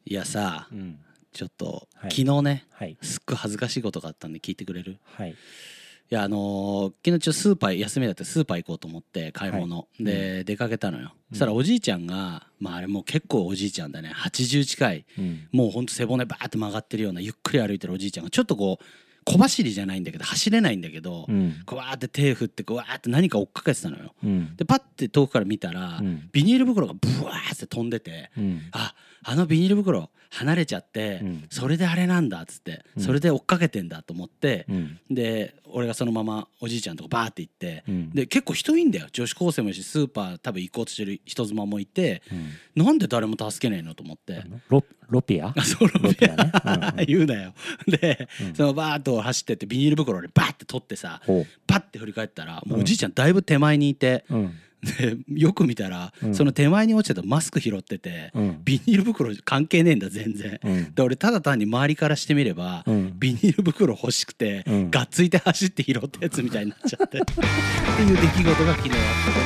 いやさ、 うん、 ちょっと、 はい、 昨日ね、 はい、 すっごい恥ずかしいことがあったんで聞いてくれる？ はい、 いや昨日スーパー休みだってスーパー行こうと思って買い物、 はい、 で、出かけたのよ。 うん、 そしたらおじいちゃんがまああれもう結構おじいちゃんだね、80近い、 うん、 もうほんと背骨バーって曲がってるようなゆっくり歩いてるおじいちゃんがちょっとこう小走りじゃないんだけど走れないんだけど、 うん、 こうわーって手振ってこうわーって何か追っかけてたのよ。 うん、 でパッて遠くから見たら、 うん、 ビニール袋がブワーって飛んでて、 うん、 あのビニール袋離れちゃって、 うん、 それであれなんだっつって、 うん、 それで追っかけてんだと思って、 うん、 で俺がそのままおじいちゃんとこバーって行って、 うん、 で結構人いんだよ、女子高生もいるしスーパー多分行こうとしてる人妻もいて、 うん、 なんで誰も助けねえのと思って、 ロピアそうロピアね、 言うなよ。で、 うん、 そのバーッと走ってってビニール袋でバーって取ってさ、 ほう、 パッて振り返ったらもうおじいちゃんだいぶ手前にいて、 うん、 でよく見たら、 うん、 その手前に落ちてたマスク拾ってて、 うん、 ビニール袋関係ねえんだ全然、 うん、 で俺ただ単に周りからしてみれば、 うん、 ビニール袋欲しくて、 うん、 がっついて走って拾ったやつみたいになっちゃってっていう出来事が昨日あ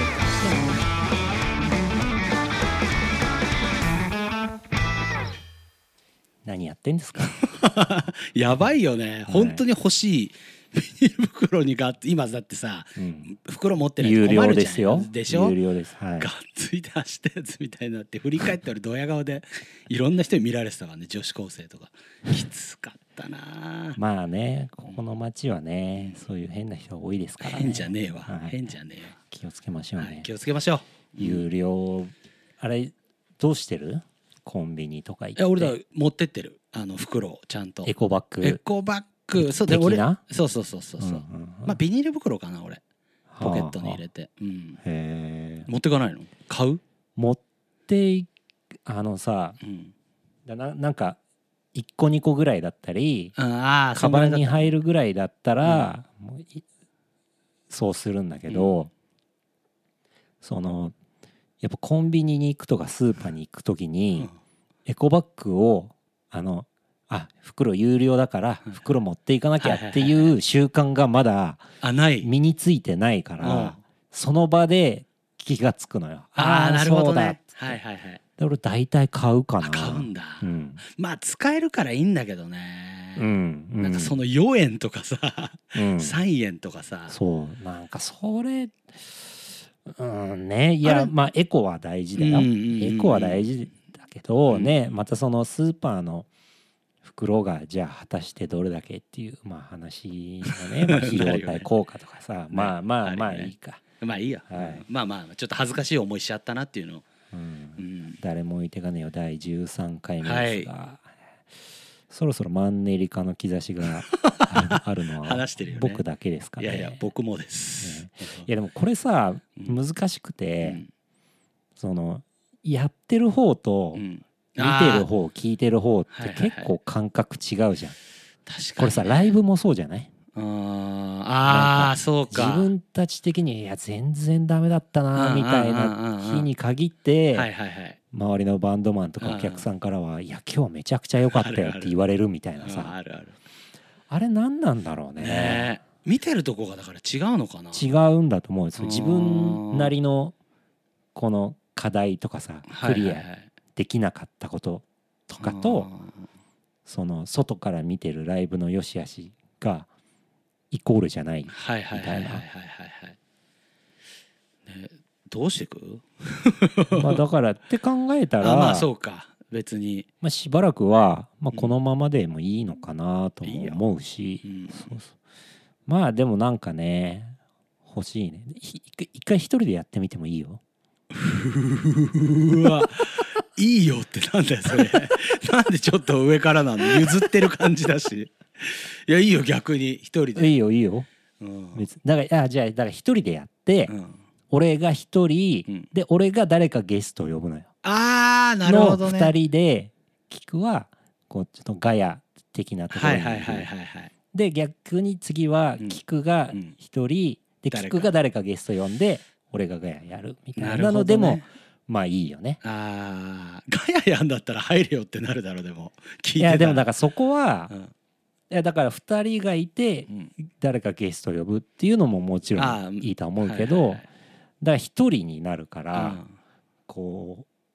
何やってんですか？ ったやばいよね、 はい、 本当に欲しいビニール袋に今だってさ、 うん、 袋持ってないと困るじゃん。 有料ですよ。 でしょ？ 有料です。はい。 がっついて走ったやつみたいになって振り返って俺ドヤ顔でいろんな人に見られてたからね、女子高生とか。きつかったな。 まあね、ここの町はね、そういう変な人が多いですからね。 変じゃねえわ、 はい、 変じゃねえよ。 気をつけましょうね。 はい、気をつけましょう。 有料、あれどうしてる？コンビニとか行って。 俺だ持ってってる、袋をちゃんと。 エコバッグ。 エコバッグ、そうで俺、そう、まあビニール袋かな俺。ポケットに入れて。うん。 へえ。 持ってかないの？買う？ 持ってさ、なんか1個2個ぐらいだったり、カバンに入るぐらいだったら、もうそうするんだけど、やっぱコンビニに行くとかスーパーに行くときに、エコバッグを袋有料だから袋持っていかなきゃっていう習慣がまだ身についてないから、その場で気がつくのよ。 なるほどね。はいはいはい。 で俺大体買うかな。 買うんだ。 うん、 まあ使えるからいいんだけどね。 うん、 なんかその4円とかさ、3円とかさ。 そうなんかそれね、いやまあエコは大事だよ。エコは大事だけどね、またそのスーパーの袋がじゃあ果たしてどれだけっていうまあ話のね、費用対効果とかさ、まあいいか。 まあいいよ。まあちょっと恥ずかしい思いしちゃったなっていうのを。 誰も置いてかねえよ第13回目ですが、そろそろマンネリ化の兆しがあるのは僕だけですかね。 いやいや僕もです。 いやでもこれさ難しくて、そのやってる方と見てる方聞いてる方って結構感覚違うじゃん。これさライブもそうじゃない？ そうか。 自分たち的にいや全然ダメだったなみたいな日に限って周りのバンドマンとかお客さんからはいや今日めちゃくちゃ良かったよって言われるみたいなさ、あれ何なんだろうね。 見てるとこがだから違うのかな。 違うんだと思う。自分なりのこの課題とかさクリアできなかったこととかとその外から見てるライブの良し悪しがイコールじゃないみたいな。 どうしていく？ まあだからって考えたらまあそうか別に、 まあしばらくはまあこのままでもいいのかなとも思うし、まあでもなんかね欲しいね。一回一人でやってみてもいいよ。 うわいいよってなんだよそれ。なんでちょっと上からなの？譲ってる感じだし。いやいいよ逆に一人で。 いいよいいよ。別だからじゃあだから一人でやって、俺が一人で俺が誰かゲストを呼ぶのよ。 なるほどね。 の2人でキクはこうちょっとガヤ的なところにいる。で逆に次はキクが一人でキクが誰かゲスト呼んで俺がガヤやるみたいなのでもまあいいよね。 ガヤやんだったら入れよってなるだろう。でもいやでもだからそこは、いやだから2人がいて誰かゲスト呼ぶっていうのももちろんいいと思うけど、だから1人になるからこう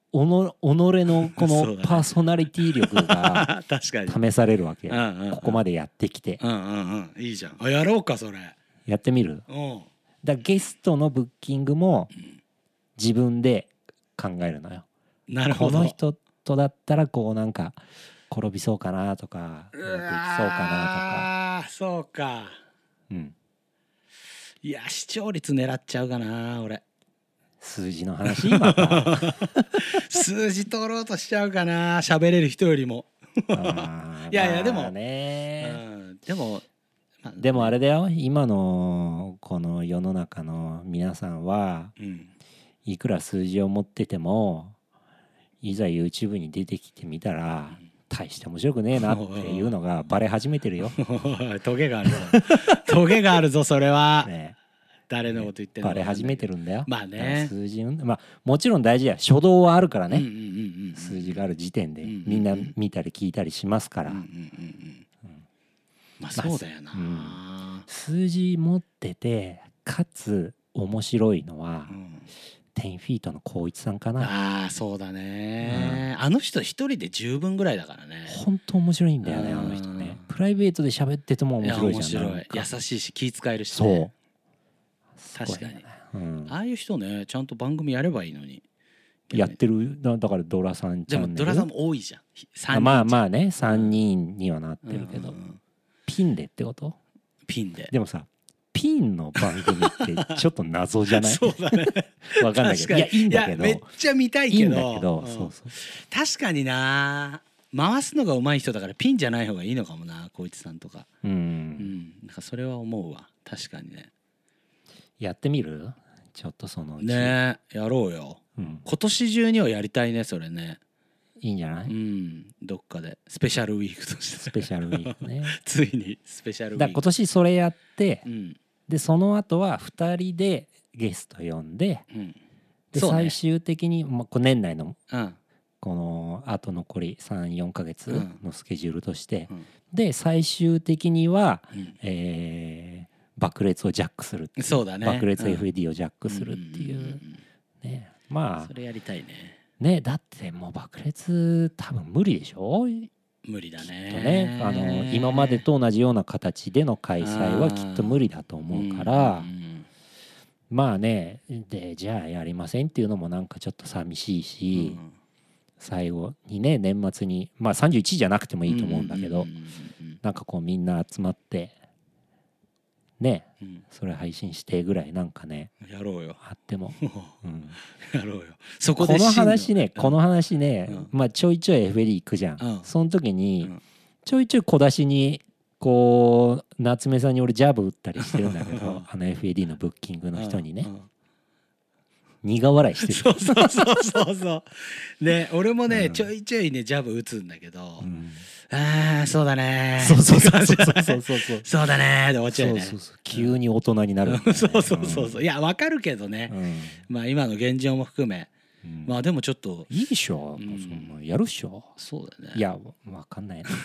己のこのそうだねパーソナリティ力が確かに。 試されるわけよ、 うんうんうんここまでやってきて。 うんうんうん。いいじゃん。あ、やろうかそれ。 やってみる。 うん。 だからゲストのブッキングも自分で考えるのよ。 なるほど。 この人とだったらこうなんか転びそうかなとかうまくいきそうかなとか。 ああ、そうか。 うんいや、視聴率狙っちゃうかな俺。 数字の話また数字取ろうとしちゃうかな、喋れる人よりも。いやいやでもまあね、 でも、まあでもあれだよ、今のこの世の中の皆さんはうん、 いくら数字を持っててもいざ YouTube に出てきてみたら大して面白くねえなっていうのがバレ始めてるよ、 トゲがあるぞ。トゲがあるぞそれは。 ね、 誰のこと言ってんのバレ始めてるんだよ。 まあねだから数字まあもちろん大事や、初動はあるからね、 うんうんうんうん、 数字がある時点でうんうんうんみんな見たり聞いたりしますから、 うんうんうんうん、まあそうだよな、 数字持っててかつ面白いのは、 うん 10フィートの光一さんかな。 ああそうだね、あの人一人で十分ぐらいだからね。 本当面白いんだよね、 うんあの人ね。プライベートで喋ってても面白いじゃん。 いや面白い、 なんか優しいし気遣えるし、 そね、 う確かに、 うんああいう人ねちゃんと番組やればいいのに。 やってるだからドラさんチでャンネルもドラさんも多いじゃん。3人まあまあね3人にはなってるけど、 うんうんうんピンでってこと。 ピンで。 でもさピンの番組ってちょっと謎じゃないそうだね。 わかんないけど、いやいいんだけどいやめっちゃ見たいいいけど。 んだけど、 うんそうそう確かにな。回すのが上手い人だからピンじゃない方がいいのかもな、光一さんとか。なんかそれは思うわ。確かにね。 やってみるちょっとそのうちねえ、やろうよ。 今年中にはやりたいね、それね。 いいんじゃない、 どっかでスペシャルウィークとして。 スペシャルウィークねついにスペシャルウィーク。 だから今年それやって、 うんでその後は2人でゲスト呼んで、 うん。 でそうね最終的に、まあ、こう年内のうんこのあと残り34ヶ月のスケジュールとして、 うんで最終的には、 うん爆裂をジャックするっていうそうだね爆裂うん FAD をジャックするっていう、ね、まそれやりたいね。 あねだってもう爆裂多分無理でしょ無理だきっとね。 ね今までと同じような形での開催はきっと無理だと思うからまあねでじゃあやりませんっていうのもなんかちょっと寂しいし、最後にね年末にまあ31じゃなくてもいいと思うんだけどなんかこうみんな集まってねそれ配信してぐらいなんかねやろうよ。 あっても、うんやろうよ。そこでこの話ね真この話ね、 うんまあちょいちょい FD 行くじゃん、 うんその時に、 うんちょいちょい小出しにこう夏目さんに俺ジャブ打ったりしてるんだけどあの FAD のブッキングの人にね、苦笑いしてる。 そうそうそうそうそうね、俺もね、 うんちょいちょいねジャブ打つんだけど、 うんああそうだねそうそうそうってそう感じだねそうそうそうだねで終わっちゃうよね。 そうそうそう急に大人になるんだよね、 そうそうそうそういやわかるけどね、まあ今の現状も含め、 うんまあでもちょっといいでしょ、 うんそんなやるっしょ。 そうだね。 いやわかんないな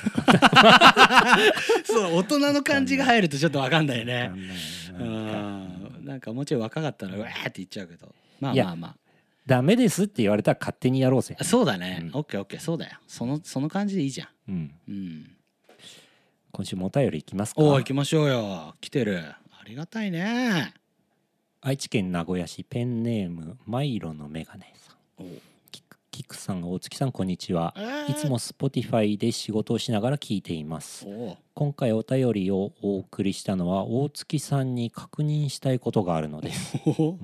そう大人の感じが入るとちょっとわかんないわねか。んないなんかもうちょい若かったらうわーって言っちゃうけど、まあいやまあまダメですって言われたら勝手にやろうぜあ。そうだね、 うんオッケーオッケーそうだよ、その感じでいいじゃん。 うんうん今週もお便りいきますか。 おお行きましょうよ。来てる、ありがたいね。 愛知県名古屋市ペンネームマイロのメガネさん。 おキクさん大月さんこんにちは。 ーいつも Spotify で仕事をしながら聞いています。 お今回お便りをお送りしたのは大月さんに確認したいことがあるのです。 お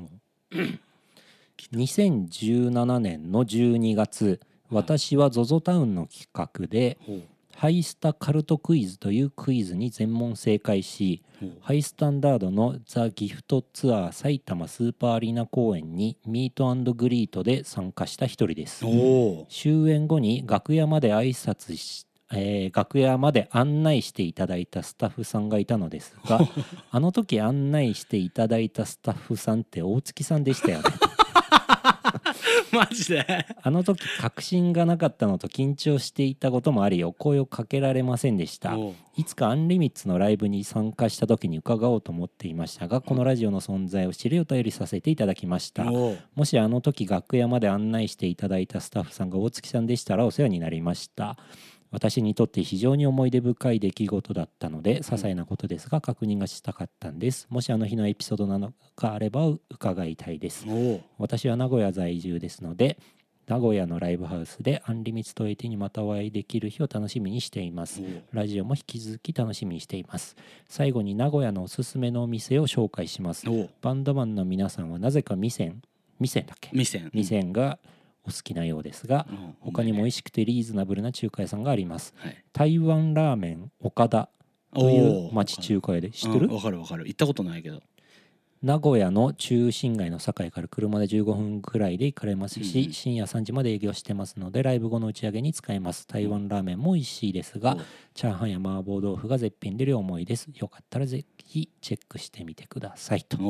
2017年の12月私は ZOZO タウンの企画でハイスタカルトクイズというクイズに全問正解しハイスタンダードのザ・ギフトツアー埼玉スーパーアリーナ公演にミート&グリートで参加した一人です。 お終演後に楽屋まで挨拶し楽屋まで案内していただいたスタッフさんがいたのですがあの時案内していただいたスタッフさんって大月さんでしたよねマジであの時確信がなかったのと緊張していたこともありお声をかけられませんでした。いつかアンリミッツのライブに参加した時に伺おうと思っていましたが、このラジオの存在を知りお便りさせていただきました。もしあの時楽屋まで案内していただいたスタッフさんが大月さんでしたらお世話になりました。私にとって非常に思い出深い出来事だったので些細なことですが確認がしたかったんです。もしあの日のエピソードなのがあれば伺いたいです。私は名古屋在住ですので名古屋のライブハウスでアンリミッツと80にまたお会いできる日を楽しみにしています。ラジオも引き続き楽しみにしています。最後に名古屋のおすすめのお店を紹介します。バンドマンの皆さんはなぜか味仙だっけ、味仙がお好きなようですが、他にも美味しくてリーズナブルな中華屋さんがあります。台湾ラーメン岡田という町中華屋で知ってる？ わかる行ったことないけど、 名古屋の中心街の堺から車で15分くらいで行かれますし、深夜3時まで営業してますのでライブ後の打ち上げに使えます。台湾ラーメンも美味しいですが、チャーハンや麻婆豆腐が絶品で両思いです。よかったらぜひチェックしてみてくださいと。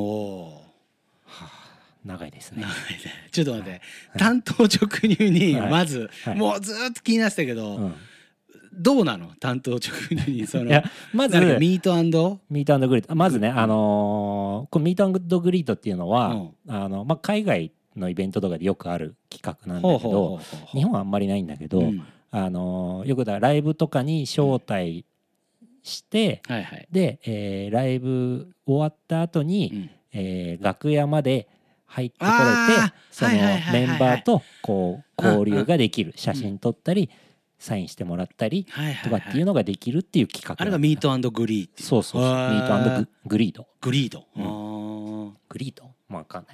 長いですね。 ちょっと待って、単刀直入にまず、もうずっと気になってたけど、どうなの単刀直入にそのまずミート& グリート、まずね、このミート&グリートっていうのは、海外のイベントとかでよくある企画なんだけど、日本はあんまりないんだけど、よくだライブとかに招待して、で、ライブ終わった後に、楽屋まで入ってこれて、そのメンバーとこう交流ができる、写真撮ったりサインしてもらったりとかっていうのができるっていう企画。 あれがミート&グリート。 そうミート&グリード。 グリードまあ分かんない。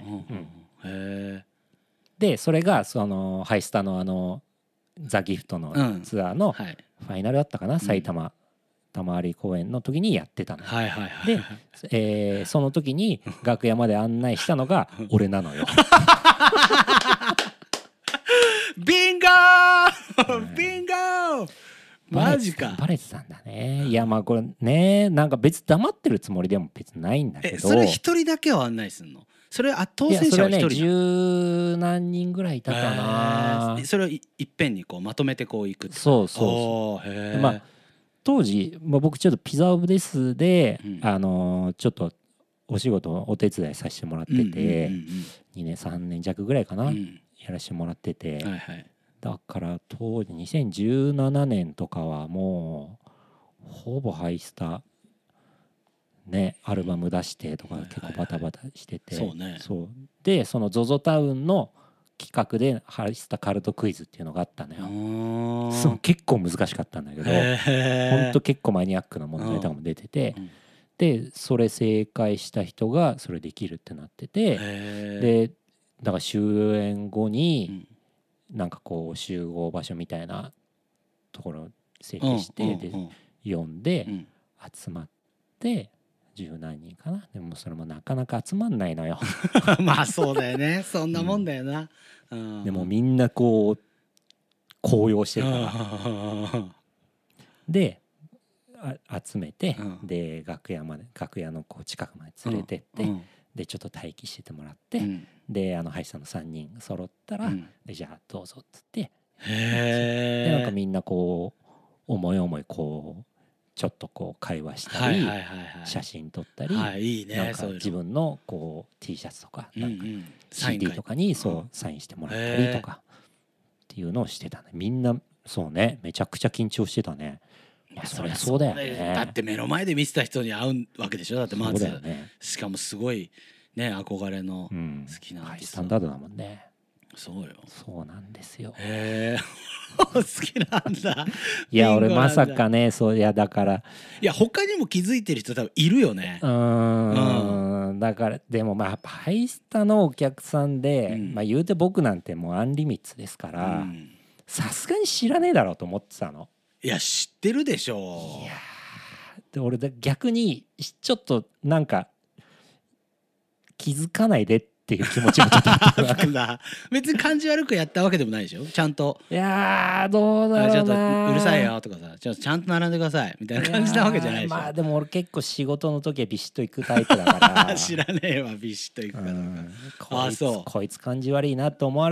でそれがそのハイスタのザ・ギフトのツアーのファイナルだったかな、埼玉玉有公園の時にやってたの。で、その時に楽屋まで案内したのが俺なのよ。 ビンゴービンゴーマジか。 バレてたんだね。いやまあこれね、なんか別に黙ってるつもりでも別にないんだけど。 それ一人だけを案内すんの？それ当選者は一人？ 十何人ぐらいいたかな。 それをいっぺんにこうまとめてこういくって。 そう。まあ当時、僕ちょっとピザオブですで、ちょっとお仕事お手伝いさせてもらってて、2年3年弱ぐらいかな、やらせてもらってて、だから当時2017年とかはもうほぼハイスタね、アルバム出してとか結構バタバタしてて、そうでその ZOZO タウンの企画でハイスタカルトクイズっていうのがあったのよ。そう結構難しかったんだけど、ほんと結構マニアックな問題とかも出てて、でそれ正解した人がそれできるってなってて、でだから終演後になんかこう集合場所みたいなところを整理してで呼んで集まって十何人かな。でもそれもなかなか集まんないのよ。 まあそうだよね、そんなもんだよな。 でもみんなこう高揚してるからで集めて、で楽屋のこう近くまで連れてって、でちょっと待機しててもらって、でハイさんの3人揃ったら、でじゃあどうぞっつって、でなんかみんなこう思いこうちょっとこう会話したり写真撮ったり、なんか自分のこう T シャツとかなんか CD とかにそうサインしてもらったりとかっていうのをしてたね。みんなそうね、めちゃくちゃ緊張してたね。そりゃそうだよね。 だって目の前で見てた人に会うわけでしょ。だってまずしかもすごいね憧れの好きなスタンダードだもんね。 そうよ。 そうなんですよ。 好きなんだ。 いや俺まさかね、そういやだからいや他にも気づいてる人多分いるよね。 だからでもまあハイスタのお客さんで、まあ言うて僕なんてもうアンリミッツですからさすがに知らねえだろうと思ってたの。 いや知ってるでしょ。 いやで俺逆にちょっとなんか気づかないでっていう気持ちもちょっとあったんだ。 別に感じ悪くやったわけでもないでしょ。ちゃんといやどうだろうな、 ちょっとうるさいよとかさ、ちゃんと並んでくださいみたいな感じなわけじゃないでしょ。 まあでも俺結構仕事の時はビシッと行くタイプだから知らねえわビシッと行くかどうか。 こいつ感じ悪いなと思われ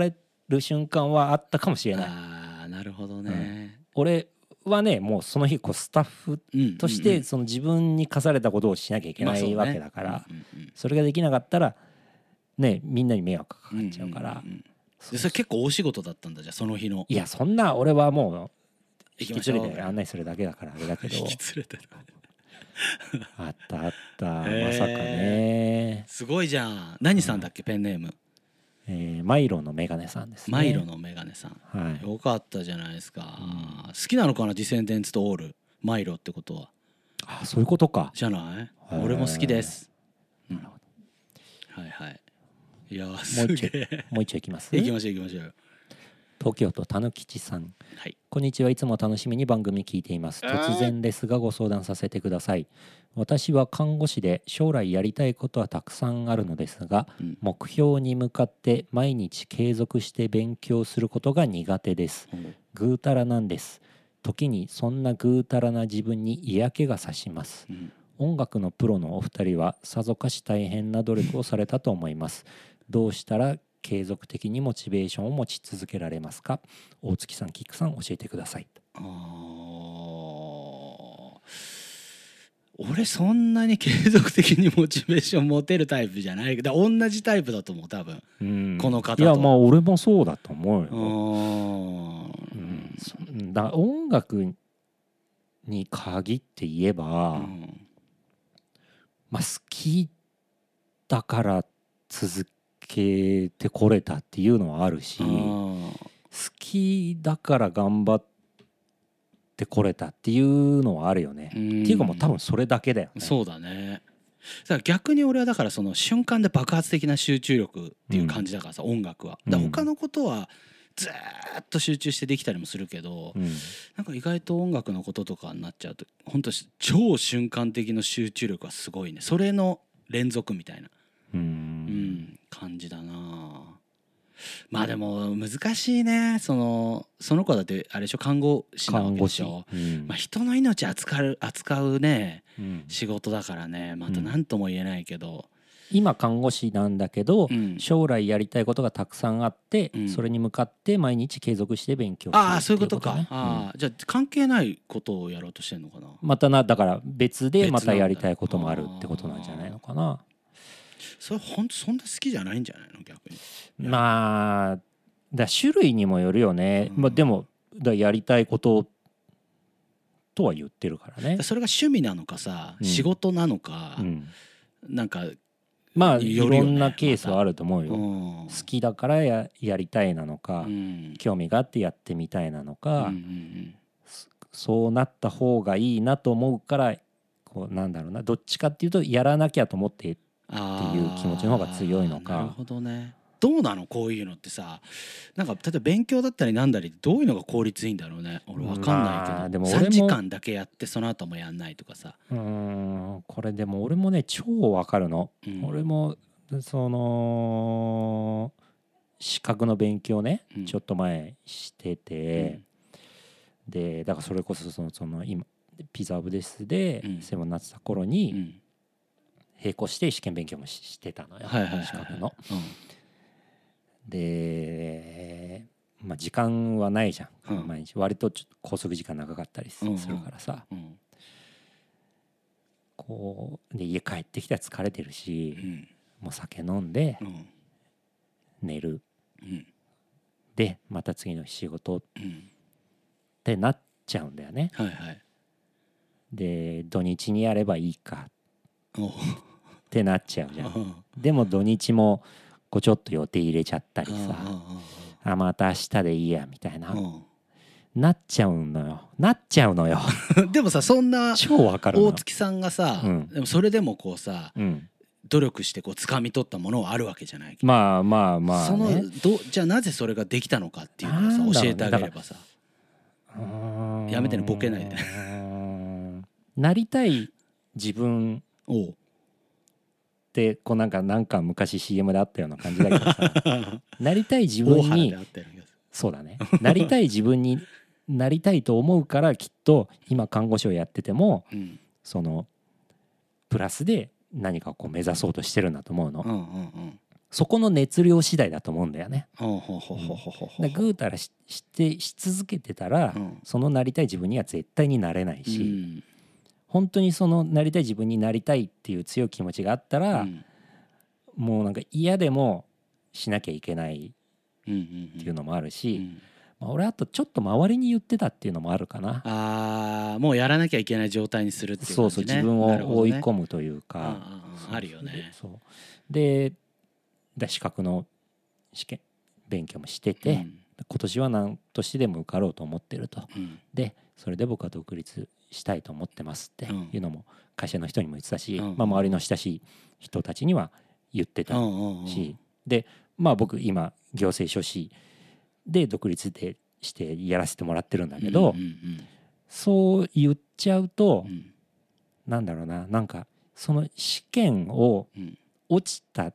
る瞬間はあったかもしれない。 ああなるほどね、 俺はねもうその日こうスタッフとしてその自分に課されたことをしなきゃいけないわけだからそれができなかったらねみんなに迷惑かかっちゃうからそれ結構大仕事だったんだじゃあその日の。 いやそんな俺はもう引き連れて案内するだけだからあれだけど引き連れてあったあったまさかねすごいじゃん。何さんだっけ、ペンネーム。 マイロのメガネさんですね。 マイロのメガネさん、はい、よかったじゃないですか、好きなのかなディセンデンツとオールマイロってことは。 あそういうことか。 じゃない。俺も好きです、なるほど。はいはい。いやすげえ。 もう一丁いきます。 行きましょう行きましょう。 東京都たぬきちさん、 はい、 こんにちは。いつも楽しみに番組聞いています。突然ですがご相談させてください。私は看護師で将来やりたいことはたくさんあるのですが、目標に向かって毎日継続して勉強することが苦手です。ぐうたらなんです。時にそんなぐうたらな自分に嫌気がさします、音楽のプロのお二人はさぞかし大変な努力をされたと思います。どうしたら継続的にモチベーションを持ち続けられますか。大月さん、キックさん、教えてください。 俺そんなに継続的にモチベーション持てるタイプじゃないけど同じタイプだと思う多分、この方と。 いやまあ俺もそうだと思うよ。だ音楽に限って言えば、まあ好きだから続けてこれたっていうのはあるし、好きだから頑張ってこれたっていうのはあるよね。っていうかもう多分それだけだよね。 そうだね。だから逆に俺はだからその瞬間で爆発的な集中力っていう感じだからさ、音楽は。だから他のことはずっと集中してできたりもするけど、なんか意外と音楽のこととかになっちゃうと本当超瞬間的な集中力はすごいね。それの連続みたいな感じだな。まあでも難しいね。その子だってあれでしょ、看護師なわけでしょ。まあ人の命扱うね、仕事だからね、また何とも言えないけど、 今看護師なんだけど、将来やりたいことがたくさんあって、それに向かって毎日継続して勉強するっていうことね。 ああそういうことか。じゃあ関係ないことをやろうとしてんのかな。 まただから別でまたやりたいこともあるってことなんじゃないのかな。 それ本当そんな好きじゃないんじゃないの逆に。 まあだ種類にもよるよね。まあでもやりたいこととは言ってるからね。 それが趣味なのかさ、仕事なのか、なんかまあいろんなケースはあると思うよ。好きだからやりたいなのか、興味があってやってみたいなのか、そうなった方がいいなと思うからこうなんだろうな、どっちかっていうとやらなきゃと思ってっていう気持ちの方が強いのか。 なるほどね。どうなのこういうのってさ、なんか例えば勉強だったりなんだりどういうのが効率いいんだろうね。俺分かんないけど、でも3時間だけやってその後もやんないとかさ。 これでも俺もね超分かるの、俺もその資格の勉強ね、ちょっと前してて、でだからそれこそその今ピザオブデスで専門になってた頃に並行して試験勉強もしてたのよ、資格の。で、まあ、時間はないじゃん、毎日割とちょっと拘束時間長かったりするからさ、こうで家帰ってきたら疲れてるし、もう酒飲んで、寝る、でまた次の日仕事ってなっちゃうんだよね。で土日にやればいいかってなっちゃうじゃん。でも土日もこうちょっと予定入れちゃったりさ、また明日でいいやみたいな、なっちゃうのよでもさそんな超わかる大月さんがさ、でもそれでもこうさ、努力してこう掴み取ったものはあるわけじゃない。 まあそのじゃあなぜそれができたのかっていうのをさ教えてあげればさ。やめてね、ボケないでなりたい自分ってこうなんか昔 CM であったような感じだけどさなりたい自分にそうだねなりたい自分になりたいと思うからきっと今看護師をやってても、そのプラスで何かこう目指そうとしてるんだと思うの、 そこの熱量次第だと思うんだよね。 ほうほうほうほうほうほう。 だからぐうたらし続けてたら、 うんそのなりたい自分には絶対になれないし、 うん本当にそのなりたい自分になりたいっていう強い気持ちがあったら、 うんもうなんか嫌でもしなきゃいけないうんうんっていうのもあるし、 うんまあ俺あとちょっと周りに言ってたっていうのもあるかな。 ああもうやらなきゃいけない状態にするっていうそうそう、 感じね。 自分をなるほどね追い込むというか、 あるよね。 そうで資格の試験勉強もしてて、 うん今年は何としてでも受かろうと思ってると。 うんでそれで僕は独立したいと思ってますっていうのも会社の人にも言ってたし、まあ、周りの親しい人たちには言ってたし、でまあ僕今行政書士で独立でしてやらせてもらってるんだけど、そう言っちゃうと、なんだろうな、なんかその試験を落ちた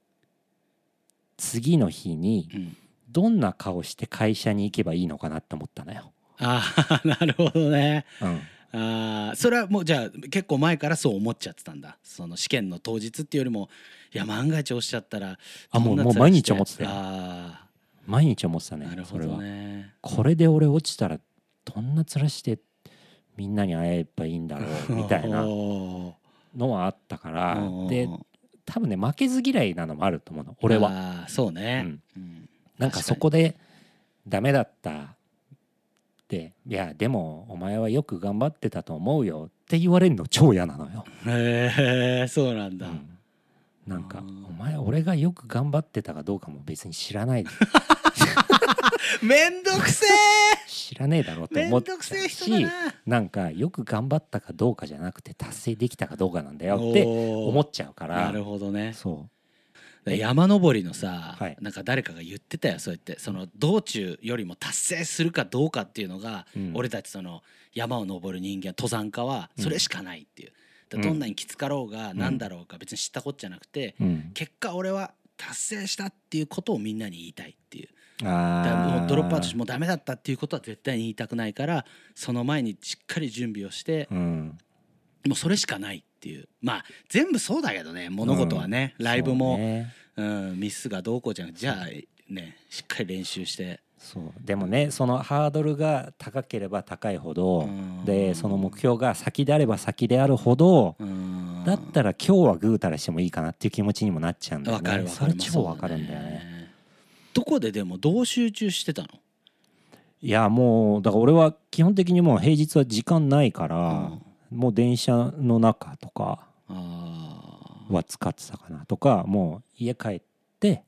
次の日にどんな顔して会社に行けばいいのかなって思ったのよ。 ああなるほどね。 うん、 ああそれはもうじゃあ結構前からそう思っちゃってたんだ。その試験の当日っていうよりもいや万が一落ちちゃったらもう毎日思ってたよ。 あ毎日思ってたね。 なるほどね。 これはこれで俺落ちたらどんな面してみんなに会えばいいんだろうみたいなのはあったから、で多分ね負けず嫌いなのもあると思うの俺は。 あそうね、 なんかそこでダメだったっていやでもお前はよく頑張ってたと思うよって言われるの超嫌なのよ。 へえそうなんだ、 なんかお前俺がよく頑張ってたかどうかも別に知らないめんどくせえ知らねえだろうと思ってたし、なんかよく頑張ったかどうかじゃなくて達成できたかどうかなんだよって思っちゃうから。 なるほどね。 そう山登りのさ、 はい、 なんか誰かが言ってたよそうやってその道中よりも達成するかどうかっていうのが、俺たちその山を登る人間登山家はそれしかないっていう、どんなにきつかろうが何だろうか別に知ったこっちゃなくて、結果俺は達成したっていうことをみんなに言いたいっていう。だからもうドロップアウトしてもうダメだったっていうことは絶対に言いたくないからその前にしっかり準備をして、もうそれしかないっていう。まあ全部そうだけどね物事はね、ライブも、ミスがどうこうじゃなくてじゃあねしっかり練習して。 そうでもねそのハードルが高ければ高いほど、でその目標が先であれば先であるほど、だったら今日はぐうたらしてもいいかなっていう気持ちにもなっちゃうんだよね。 分かるそれ超わかるんだよね。 どこででもどう集中してたの？ いやもうだから俺は基本的にもう平日は時間ないから、もう電車の中とかは使ってたかなとか、もう家帰って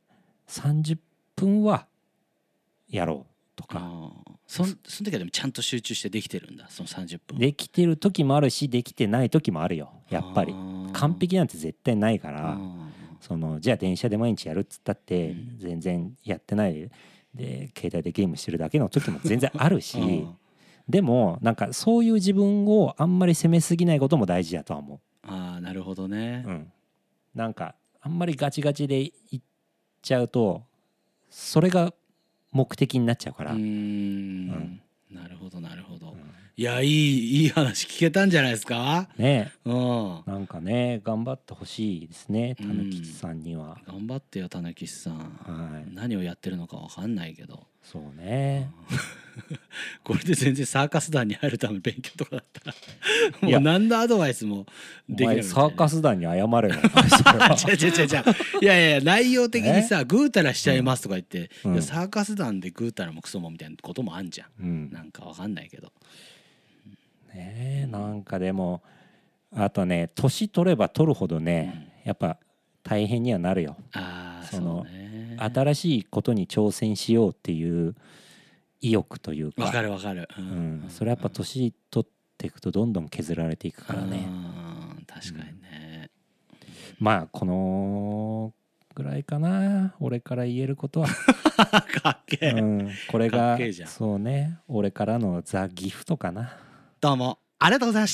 30分はやろうとか。 その時はでもちゃんと集中してできてるんだその30分。 できてる時もあるしできてない時もあるよやっぱり。完璧なんて絶対ないから、そのじゃあ電車で毎日やるっつったって全然やってないで携帯でゲームしてるだけの時も全然あるしでもなんかそういう自分をあんまり責めすぎないことも大事だとは思う。 なるほどね、 なんかあんまりガチガチでいっちゃうとそれが目的になっちゃうから。 なるほどなるほど、いやいい話聞けたんじゃないですかね。なんかね頑張ってほしいですねたぬきちさんには。 頑張ってよたぬきちさん、何をやってるのかわかんないけど。 そうねこれで全然サーカス団に入るための勉強とかだったらもう何のアドバイスもできない。 サーカス団に謝れよ違ういや内容的にさぐうたらしちゃいますとか言って、サーカス団でぐうたらもクソもみたいなこともあんじゃん、なんかわかんないけどね。なんかでもあとね年取れば取るほどね、やっぱ大変にはなるよ。その新しいことに挑戦しようっていう意欲というか。 わかるわかる、 それやっぱ年取っていくとどんどん削られていくからね。 確かにね、 まあこのぐらいかな俺から言えることはかっけえ、 これがそうね俺からのザ・ギフトかな。 どうもありがとうございました。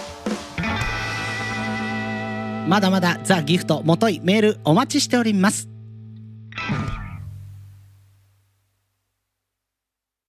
まだまだザ・ギフトもといメールお待ちしております。